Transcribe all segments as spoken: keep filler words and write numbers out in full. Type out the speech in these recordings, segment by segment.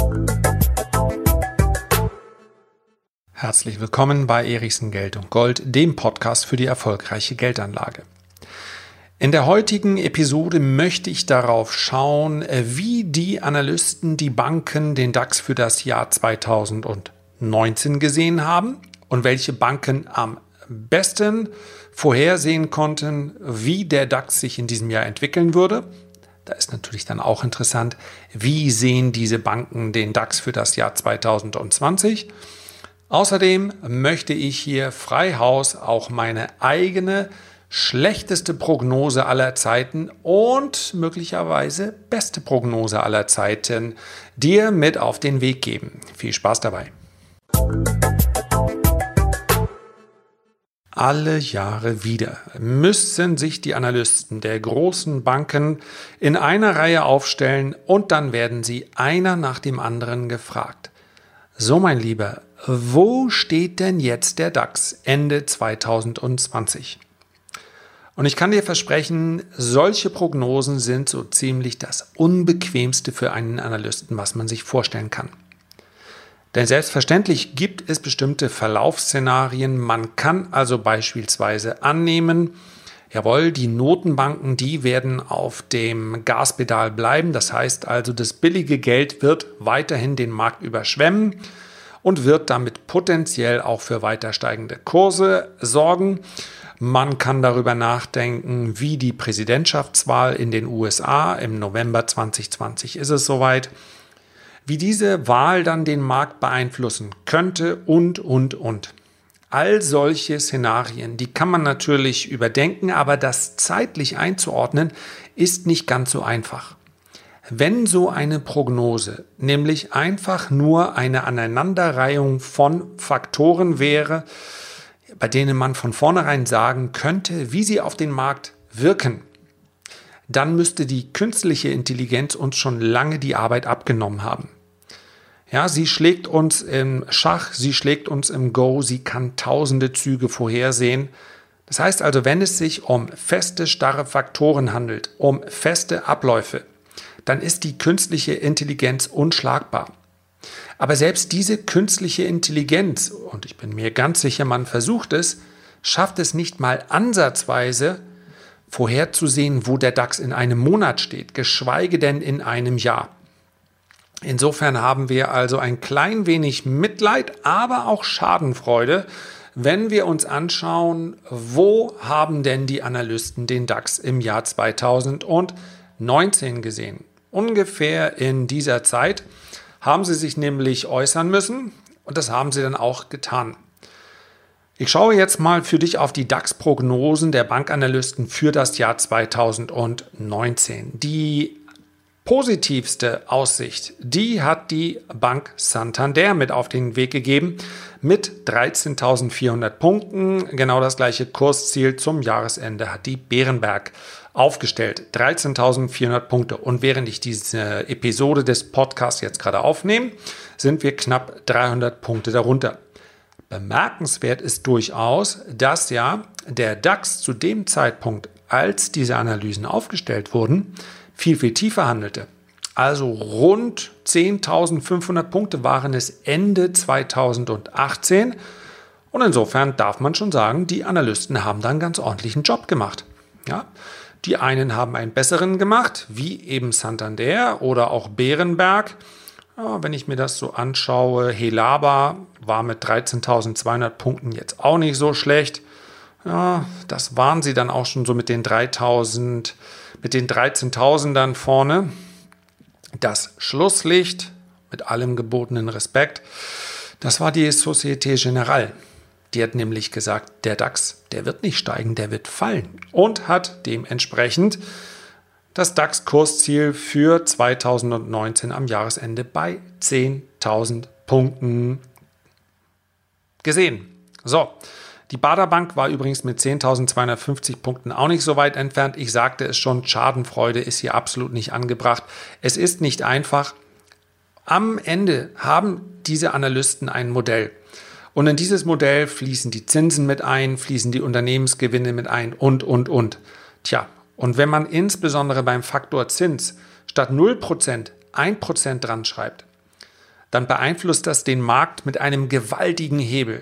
Herzlich willkommen bei Erichsen Geld und Gold, dem Podcast für die erfolgreiche Geldanlage. In der heutigen Episode möchte ich darauf schauen, wie die Analysten die Banken den DAX für das Jahr zweitausendneunzehn gesehen haben und welche Banken am besten vorhersehen konnten, wie der DAX sich in diesem Jahr entwickeln würde. Da ist natürlich dann auch interessant, wie sehen diese Banken den DAX für das Jahr zweitausendzwanzig. Außerdem möchte ich hier frei Haus auch meine eigene schlechteste Prognose aller Zeiten und möglicherweise beste Prognose aller Zeiten dir mit auf den Weg geben. Viel Spaß dabei. Alle Jahre wieder müssen sich die Analysten der großen Banken in einer Reihe aufstellen und dann werden sie einer nach dem anderen gefragt. So, mein Lieber, wo steht denn jetzt der DAX Ende zweitausendzwanzig? Und ich kann dir versprechen, solche Prognosen sind so ziemlich das Unbequemste für einen Analysten, was man sich vorstellen kann. Denn selbstverständlich gibt es bestimmte Verlaufsszenarien. Man kann also beispielsweise annehmen, jawohl, die Notenbanken, die werden auf dem Gaspedal bleiben. Das heißt also, das billige Geld wird weiterhin den Markt überschwemmen und wird damit potenziell auch für weiter steigende Kurse sorgen. Man kann darüber nachdenken, wie die Präsidentschaftswahl in den U S A im November zwanzig zwanzig ist es soweit, wie diese Wahl dann den Markt beeinflussen könnte und, und, und. All solche Szenarien, die kann man natürlich überdenken, aber das zeitlich einzuordnen, ist nicht ganz so einfach. Wenn so eine Prognose nämlich einfach nur eine Aneinanderreihung von Faktoren wäre, bei denen man von vornherein sagen könnte, wie sie auf den Markt wirken, dann müsste die künstliche Intelligenz uns schon lange die Arbeit abgenommen haben. Ja, sie schlägt uns im Schach, sie schlägt uns im Go, sie kann tausende Züge vorhersehen. Das heißt also, wenn es sich um feste, starre Faktoren handelt, um feste Abläufe, dann ist die künstliche Intelligenz unschlagbar. Aber selbst diese künstliche Intelligenz, und ich bin mir ganz sicher, man versucht es, schafft es nicht mal ansatzweise vorherzusehen, wo der DAX in einem Monat steht, geschweige denn in einem Jahr. Insofern haben wir also ein klein wenig Mitleid, aber auch Schadenfreude, wenn wir uns anschauen, wo haben denn die Analysten den DAX im Jahr zweitausendneunzehn gesehen. Ungefähr in dieser Zeit haben sie sich nämlich äußern müssen und das haben sie dann auch getan. Ich schaue jetzt mal für dich auf die DAX-Prognosen der Bankanalysten für das Jahr zweitausendneunzehn. Die positivste Aussicht, die hat die Bank Santander mit auf den Weg gegeben mit dreizehntausendvierhundert Punkten. Genau das gleiche Kursziel zum Jahresende hat die Berenberg aufgestellt. dreizehntausendvierhundert Punkte. Und während ich diese Episode des Podcasts jetzt gerade aufnehme, sind wir knapp dreihundert Punkte darunter. Bemerkenswert ist durchaus, dass ja der DAX zu dem Zeitpunkt, als diese Analysen aufgestellt wurden, viel, viel tiefer handelte. Also rund zehntausendfünfhundert Punkte waren es Ende zweitausendachtzehn. Und insofern darf man schon sagen, die Analysten haben da einen ganz ordentlichen Job gemacht. Ja? Die einen haben einen besseren gemacht, wie eben Santander oder auch Berenberg. Ja, wenn ich mir das so anschaue, Helaba war mit dreizehntausendzweihundert Punkten jetzt auch nicht so schlecht. Ja, das waren sie dann auch schon so mit den dreitausend, mit den dreizehntausendern vorne. Das Schlusslicht, mit allem gebotenen Respekt, das war die Société Générale. Die hat nämlich gesagt, der DAX, der wird nicht steigen, der wird fallen. Und hat dementsprechend das DAX-Kursziel für zweitausendneunzehn am Jahresende bei zehntausend Punkten gesehen. So, die Baader Bank war übrigens mit zehntausendzweihundertfünfzig Punkten auch nicht so weit entfernt. Ich sagte es schon, Schadenfreude ist hier absolut nicht angebracht. Es ist nicht einfach. Am Ende haben diese Analysten ein Modell. Und in dieses Modell fließen die Zinsen mit ein, fließen die Unternehmensgewinne mit ein und, und, und. Tja, und wenn man insbesondere beim Faktor Zins statt null Prozent ein Prozent dran schreibt, dann beeinflusst das den Markt mit einem gewaltigen Hebel.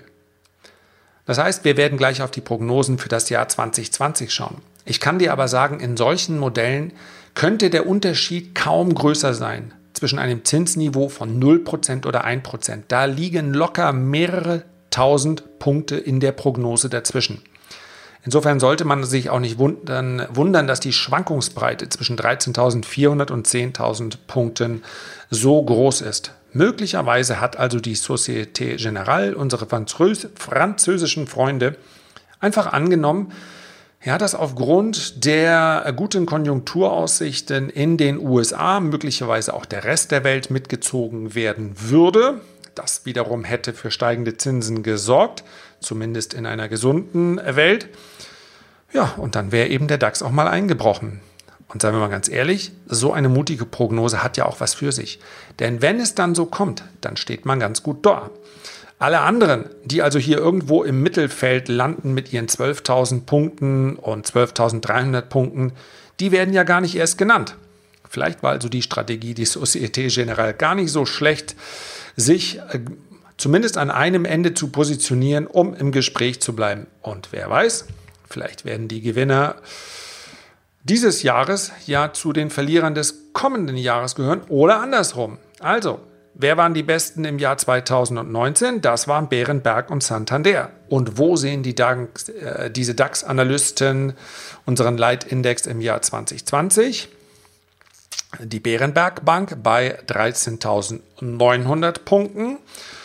Das heißt, wir werden gleich auf die Prognosen für das Jahr zwanzig zwanzig schauen. Ich kann dir aber sagen, in solchen Modellen könnte der Unterschied kaum größer sein zwischen einem Zinsniveau von null Prozent oder ein Prozent. Da liegen locker mehrere tausend Punkte in der Prognose dazwischen. Insofern sollte man sich auch nicht wundern, wundern dass die Schwankungsbreite zwischen dreizehntausendvierhundert und zehntausend Punkten so groß ist. Möglicherweise hat also die Société Générale, unsere Französ- französischen Freunde, einfach angenommen, ja, dass aufgrund der guten Konjunkturaussichten in den U S A möglicherweise auch der Rest der Welt mitgezogen werden würde. Das wiederum hätte für steigende Zinsen gesorgt, zumindest in einer gesunden Welt. Ja, und dann wäre eben der DAX auch mal eingebrochen. Und seien wir mal ganz ehrlich, so eine mutige Prognose hat ja auch was für sich. Denn wenn es dann so kommt, dann steht man ganz gut da. Alle anderen, die also hier irgendwo im Mittelfeld landen mit ihren zwölftausend Punkten und zwölftausenddreihundert Punkten, die werden ja gar nicht erst genannt. Vielleicht war also die Strategie die Société Générale gar nicht so schlecht, sich äh, zumindest an einem Ende zu positionieren, um im Gespräch zu bleiben. Und wer weiß, vielleicht werden die Gewinner dieses Jahres ja zu den Verlierern des kommenden Jahres gehören oder andersrum. Also, wer waren die Besten im Jahr zweitausendneunzehn? Das waren Berenberg und Santander. Und wo sehen die DAX, äh, diese DAX-Analysten unseren Leitindex im Jahr zwanzig zwanzig? Die Berenberg Bank bei dreizehntausendneunhundert Punkten.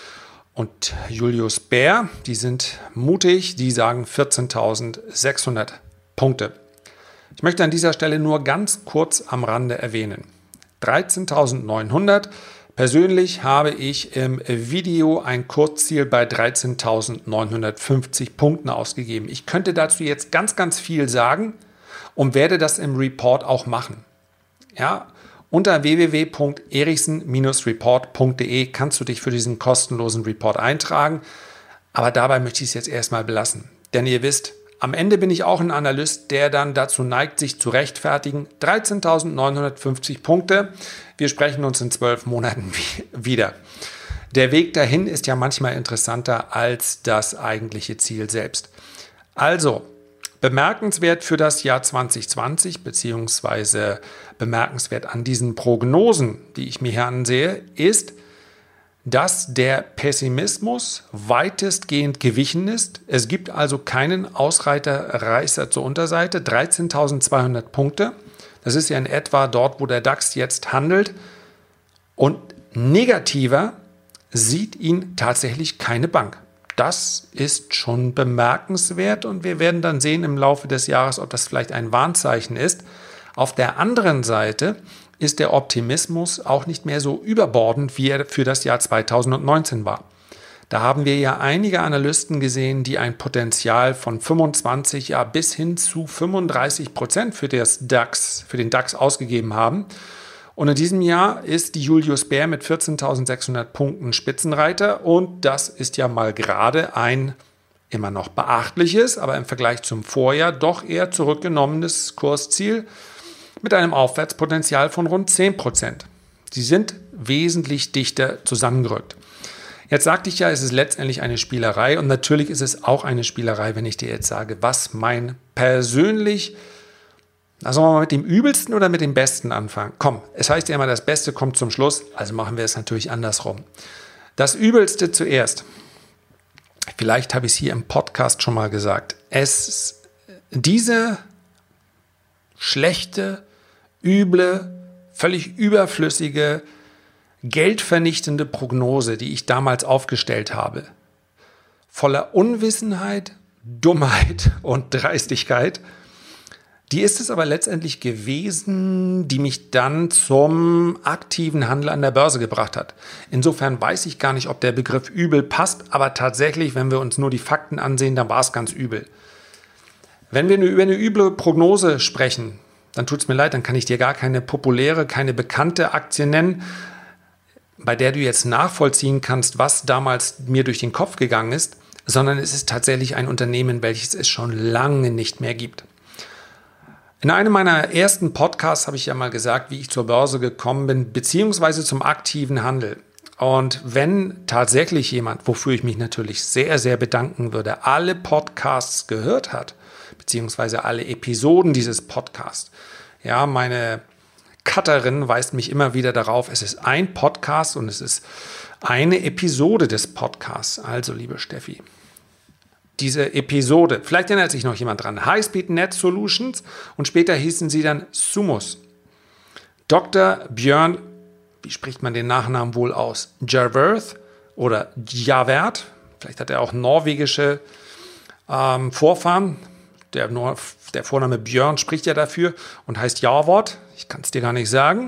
Und Julius Baer, die sind mutig, die sagen vierzehntausendsechshundert Punkte. Ich möchte an dieser Stelle nur ganz kurz am Rande erwähnen. dreizehntausendneunhundert. Persönlich habe ich im Video ein Kurzziel bei dreizehntausendneunhundertfünfzig Punkten ausgegeben. Ich könnte dazu jetzt ganz, ganz viel sagen und werde das im Report auch machen. Ja, unter w w w punkt erichsen Bindestrich report punkt de kannst du dich für diesen kostenlosen Report eintragen. Aber dabei möchte ich es jetzt erstmal belassen. Denn ihr wisst, am Ende bin ich auch ein Analyst, der dann dazu neigt, sich zu rechtfertigen. dreizehntausendneunhundertfünfzig Punkte. Wir sprechen uns in zwölf Monaten wieder. Der Weg dahin ist ja manchmal interessanter als das eigentliche Ziel selbst. Also, bemerkenswert für das Jahr zwanzig zwanzig, beziehungsweise bemerkenswert an diesen Prognosen, die ich mir hier ansehe, ist, dass der Pessimismus weitestgehend gewichen ist. Es gibt also keinen Ausreißer zur Unterseite, dreizehntausendzweihundert Punkte. Das ist ja in etwa dort, wo der DAX jetzt handelt. Und negativer sieht ihn tatsächlich keine Bank. Das ist schon bemerkenswert und wir werden dann sehen im Laufe des Jahres, ob das vielleicht ein Warnzeichen ist. Auf der anderen Seite ist der Optimismus auch nicht mehr so überbordend, wie er für das Jahr zweitausendneunzehn war. Da haben wir ja einige Analysten gesehen, die ein Potenzial von fünfundzwanzig ja, bis hin zu fünfunddreißig Prozent für, das DAX, für den DAX ausgegeben haben. Und in diesem Jahr ist die Julius Baer mit vierzehntausendsechshundert Punkten Spitzenreiter und das ist ja mal gerade ein immer noch beachtliches, aber im Vergleich zum Vorjahr doch eher zurückgenommenes Kursziel mit einem Aufwärtspotenzial von rund zehn Prozent. Sie sind wesentlich dichter zusammengerückt. Jetzt sagte ich ja, es ist letztendlich eine Spielerei und natürlich ist es auch eine Spielerei, wenn ich dir jetzt sage, was mein persönlich, also sollen wir mal mit dem Übelsten oder mit dem Besten anfangen? Komm, es heißt ja immer, das Beste kommt zum Schluss, also machen wir es natürlich andersrum. Das Übelste zuerst. Vielleicht habe ich es hier im Podcast schon mal gesagt. Es, diese schlechte, üble, völlig überflüssige, geldvernichtende Prognose, die ich damals aufgestellt habe, voller Unwissenheit, Dummheit und Dreistigkeit, die ist es aber letztendlich gewesen, die mich dann zum aktiven Handel an der Börse gebracht hat. Insofern weiß ich gar nicht, ob der Begriff übel passt, aber tatsächlich, wenn wir uns nur die Fakten ansehen, dann war es ganz übel. Wenn wir über eine üble Prognose sprechen, dann tut es mir leid, dann kann ich dir gar keine populäre, keine bekannte Aktie nennen, bei der du jetzt nachvollziehen kannst, was damals mir durch den Kopf gegangen ist, sondern es ist tatsächlich ein Unternehmen, welches es schon lange nicht mehr gibt. In einem meiner ersten Podcasts habe ich ja mal gesagt, wie ich zur Börse gekommen bin, beziehungsweise zum aktiven Handel. Und wenn tatsächlich jemand, wofür ich mich natürlich sehr, sehr bedanken würde, alle Podcasts gehört hat, beziehungsweise alle Episoden dieses Podcasts, ja, meine Cutterin weist mich immer wieder darauf, es ist ein Podcast und es ist eine Episode des Podcasts. Also, liebe Steffi, diese Episode, vielleicht erinnert sich noch jemand dran, Highspeed Net Solutions und später hießen sie dann Sumos. Doktor Björn, wie spricht man den Nachnamen wohl aus? Javert oder Javert, vielleicht hat er auch norwegische ähm, Vorfahren. Der, der Vorname Björn spricht ja dafür und heißt Javort. Ich kann es dir gar nicht sagen.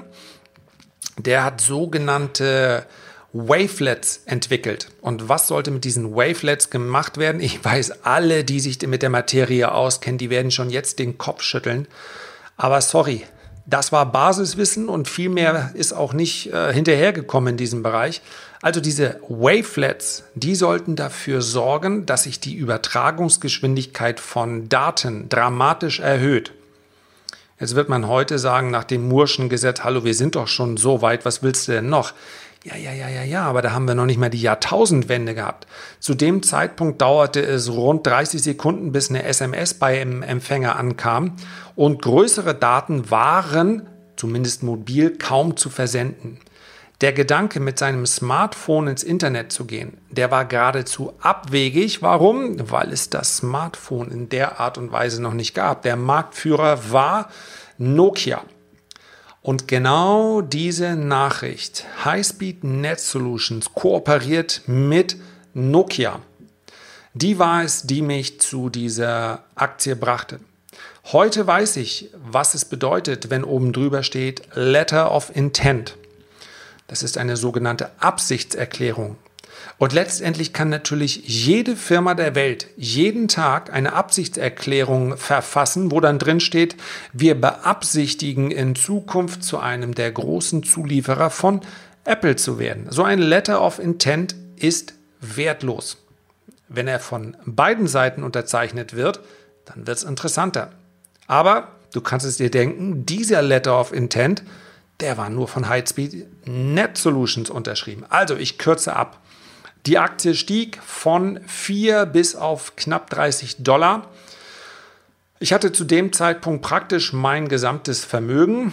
Der hat sogenannte Wavelets entwickelt. Und was sollte mit diesen Wavelets gemacht werden? Ich weiß, alle, die sich mit der Materie auskennen, die werden schon jetzt den Kopf schütteln. Aber sorry, das war Basiswissen und viel mehr ist auch nicht äh, hinterhergekommen in diesem Bereich. Also diese Wavelets, die sollten dafür sorgen, dass sich die Übertragungsgeschwindigkeit von Daten dramatisch erhöht. Jetzt wird man heute sagen, nach dem Moore'schen Gesetz, hallo, wir sind doch schon so weit, was willst du denn noch? Ja, ja, ja, ja, ja, aber da haben wir noch nicht mal die Jahrtausendwende gehabt. Zu dem Zeitpunkt dauerte es rund dreißig Sekunden, bis eine S M S beim Empfänger ankam und größere Daten waren, zumindest mobil, kaum zu versenden. Der Gedanke, mit seinem Smartphone ins Internet zu gehen, der war geradezu abwegig. Warum? Weil es das Smartphone in der Art und Weise noch nicht gab. Der Marktführer war Nokia. Und genau diese Nachricht, Highspeed Net Solutions kooperiert mit Nokia, die war es, die mich zu dieser Aktie brachte. Heute weiß ich, was es bedeutet, wenn oben drüber steht Letter of Intent. Das ist eine sogenannte Absichtserklärung. Und letztendlich kann natürlich jede Firma der Welt jeden Tag eine Absichtserklärung verfassen, wo dann drin steht, wir beabsichtigen in Zukunft zu einem der großen Zulieferer von Apple zu werden. So ein Letter of Intent ist wertlos. Wenn er von beiden Seiten unterzeichnet wird, dann wird es interessanter. Aber du kannst es dir denken, dieser Letter of Intent, der war nur von Highspeed Net Solutions unterschrieben. Also ich kürze ab. Die Aktie stieg von vier bis auf knapp dreißig Dollar. Ich hatte zu dem Zeitpunkt praktisch mein gesamtes Vermögen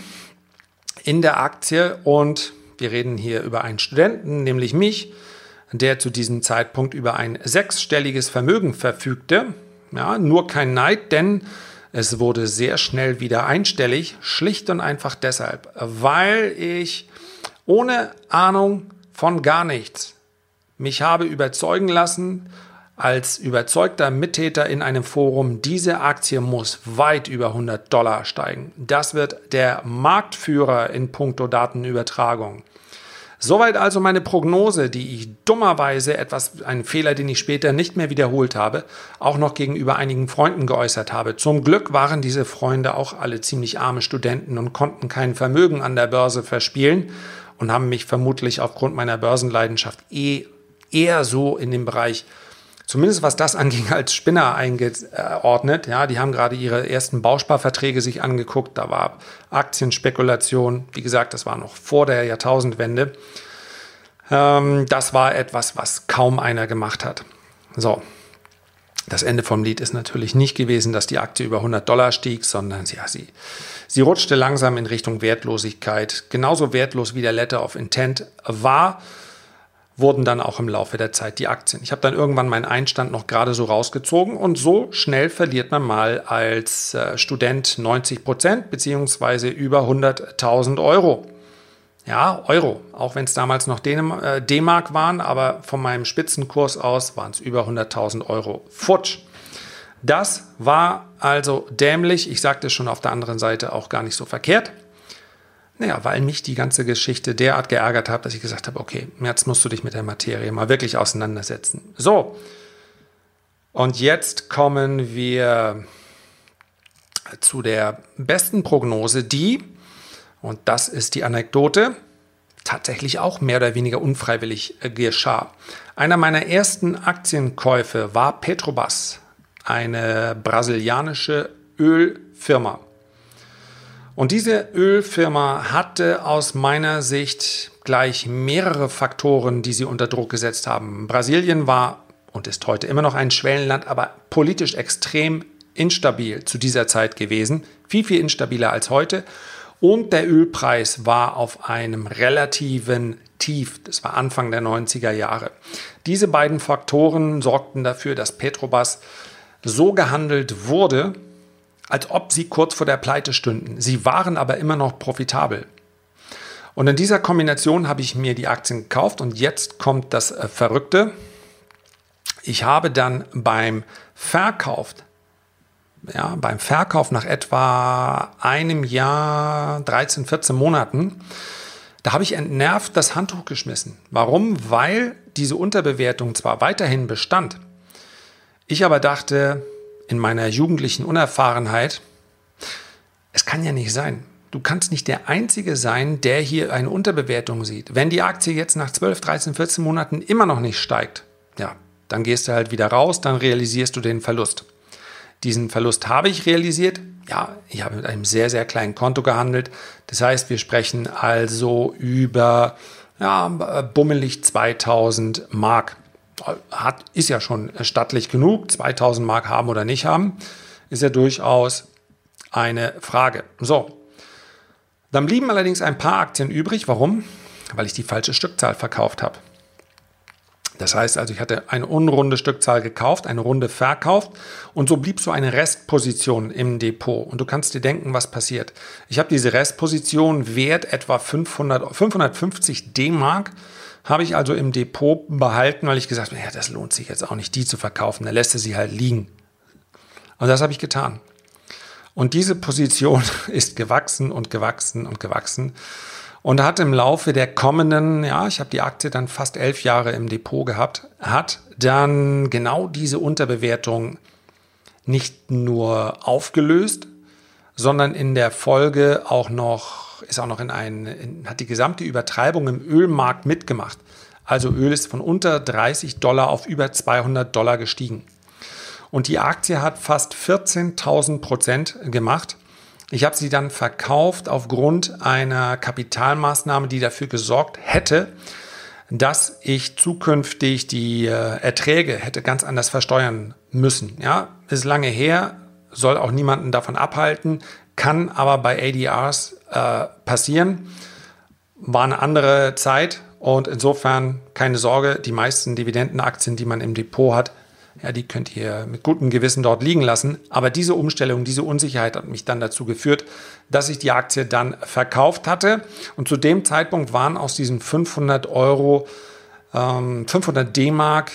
in der Aktie und wir reden hier über einen Studenten, nämlich mich, der zu diesem Zeitpunkt über ein sechsstelliges Vermögen verfügte. Ja, nur kein Neid, denn es wurde sehr schnell wieder einstellig, schlicht und einfach deshalb, weil ich ohne Ahnung von gar nichts mich habe überzeugen lassen, als überzeugter Mittäter in einem Forum, diese Aktie muss weit über hundert Dollar steigen. Das wird der Marktführer in puncto Datenübertragung. Soweit also meine Prognose, die ich dummerweise, etwas, einen Fehler, den ich später nicht mehr wiederholt habe, auch noch gegenüber einigen Freunden geäußert habe. Zum Glück waren diese Freunde auch alle ziemlich arme Studenten und konnten kein Vermögen an der Börse verspielen und haben mich vermutlich aufgrund meiner Börsenleidenschaft eh eher so in dem Bereich, zumindest was das anging, als Spinner eingeordnet. Ja, die haben gerade ihre ersten Bausparverträge sich angeguckt. Da war Aktienspekulation. Wie gesagt, das war noch vor der Jahrtausendwende. Ähm, das war etwas, was kaum einer gemacht hat. So, das Ende vom Lied ist natürlich nicht gewesen, dass die Aktie über hundert Dollar stieg, sondern ja, sie, sie rutschte langsam in Richtung Wertlosigkeit. Genauso wertlos wie der Letter of Intent war, wurden dann auch im Laufe der Zeit die Aktien. Ich habe dann irgendwann meinen Einstand noch gerade so rausgezogen und so schnell verliert man mal als äh, Student neunzig Prozent beziehungsweise über hunderttausend Euro. Ja, Euro, auch wenn es damals noch D-Mark waren, aber von meinem Spitzenkurs aus waren es über hunderttausend Euro. Futsch. Das war also dämlich. Ich sagte es schon auf der anderen Seite auch gar nicht so verkehrt. Naja, weil mich die ganze Geschichte derart geärgert hat, dass ich gesagt habe, okay, jetzt musst du dich mit der Materie mal wirklich auseinandersetzen. So, und jetzt kommen wir zu der besten Prognose, die, und das ist die Anekdote, tatsächlich auch mehr oder weniger unfreiwillig geschah. Einer meiner ersten Aktienkäufe war Petrobras, eine brasilianische Ölfirma. Und diese Ölfirma hatte aus meiner Sicht gleich mehrere Faktoren, die sie unter Druck gesetzt haben. Brasilien war und ist heute immer noch ein Schwellenland, aber politisch extrem instabil zu dieser Zeit gewesen. Viel, viel instabiler als heute. Und der Ölpreis war auf einem relativen Tief. Das war Anfang der neunziger Jahre. Diese beiden Faktoren sorgten dafür, dass Petrobras so gehandelt wurde, als ob sie kurz vor der Pleite stünden. Sie waren aber immer noch profitabel. Und in dieser Kombination habe ich mir die Aktien gekauft und jetzt kommt das äh, Verrückte. Ich habe dann beim Verkauf, ja, beim Verkauf nach etwa einem Jahr, dreizehn, vierzehn Monaten, da habe ich entnervt das Handtuch geschmissen. Warum? Weil diese Unterbewertung zwar weiterhin bestand, ich aber dachte, in meiner jugendlichen Unerfahrenheit, es kann ja nicht sein. Du kannst nicht der Einzige sein, der hier eine Unterbewertung sieht. Wenn die Aktie jetzt nach zwölf, dreizehn, vierzehn Monaten immer noch nicht steigt, ja, dann gehst du halt wieder raus, dann realisierst du den Verlust. Diesen Verlust habe ich realisiert. Ja, ich habe mit einem sehr, sehr kleinen Konto gehandelt. Das heißt, wir sprechen also über ja, bummelig zweitausend Mark. Hat, ist ja schon stattlich genug. zweitausend Mark haben oder nicht haben, ist ja durchaus eine Frage. So. Dann blieben allerdings ein paar Aktien übrig. Warum? Weil ich die falsche Stückzahl verkauft habe. Das heißt also, ich hatte eine unrunde Stückzahl gekauft, eine runde verkauft und so blieb so eine Restposition im Depot. Und du kannst dir denken, was passiert. Ich habe diese Restposition wert etwa fünfhundert, fünfhundertfünfzig D-Mark, habe ich also im Depot behalten, weil ich gesagt habe, ja, das lohnt sich jetzt auch nicht, die zu verkaufen. Da lässt er sie halt liegen. Und das habe ich getan. Und diese Position ist gewachsen und gewachsen und gewachsen und hat im Laufe der kommenden, ja, ich habe die Aktie dann fast elf Jahre im Depot gehabt, hat dann genau diese Unterbewertung nicht nur aufgelöst, sondern in der Folge auch noch, ist auch noch in einen, in, hat die gesamte Übertreibung im Ölmarkt mitgemacht. Also Öl ist von unter dreißig Dollar auf über zweihundert Dollar gestiegen. Und die Aktie hat fast vierzehntausend Prozent gemacht. Ich habe sie dann verkauft aufgrund einer Kapitalmaßnahme, die dafür gesorgt hätte, dass ich zukünftig die äh, Erträge hätte ganz anders versteuern müssen. Ja, ist lange her, soll auch niemanden davon abhalten, kann aber bei A D Rs äh, passieren. War eine andere Zeit und insofern keine Sorge, die meisten Dividendenaktien, die man im Depot hat, ja, die könnt ihr mit gutem Gewissen dort liegen lassen. Aber diese Umstellung, diese Unsicherheit hat mich dann dazu geführt, dass ich die Aktie dann verkauft hatte. Und zu dem Zeitpunkt waren aus diesen fünfhundert Euro, ähm, fünfhundert D-Mark,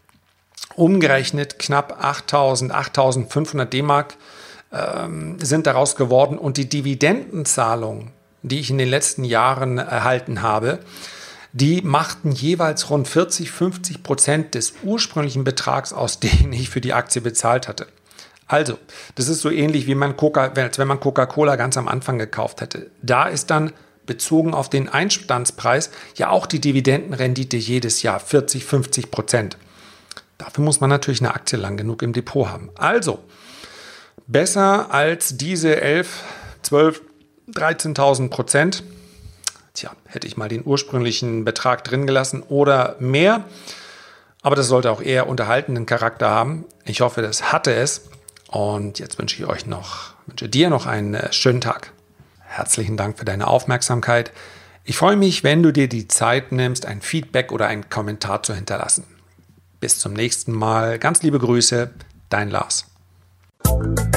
umgerechnet knapp achttausend, achttausendfünfhundert D-Mark ähm, sind daraus geworden. Und die Dividendenzahlung, die ich in den letzten Jahren erhalten habe, die machten jeweils rund vierzig, fünfzig Prozent des ursprünglichen Betrags aus, den ich für die Aktie bezahlt hatte. Also, das ist so ähnlich, wie man Coca, als wenn man Coca-Cola ganz am Anfang gekauft hätte. Da ist dann bezogen auf den Einstandspreis ja auch die Dividendenrendite jedes Jahr vierzig, fünfzig Prozent. Dafür muss man natürlich eine Aktie lang genug im Depot haben. Also, besser als diese elf, zwölf, dreizehntausend Prozent. Tja, hätte ich mal den ursprünglichen Betrag drin gelassen oder mehr. Aber das sollte auch eher unterhaltenden Charakter haben. Ich hoffe, das hatte es. Und jetzt wünsche ich euch noch, wünsche dir noch einen schönen Tag. Herzlichen Dank für deine Aufmerksamkeit. Ich freue mich, wenn du dir die Zeit nimmst, ein Feedback oder einen Kommentar zu hinterlassen. Bis zum nächsten Mal. Ganz liebe Grüße, dein Lars.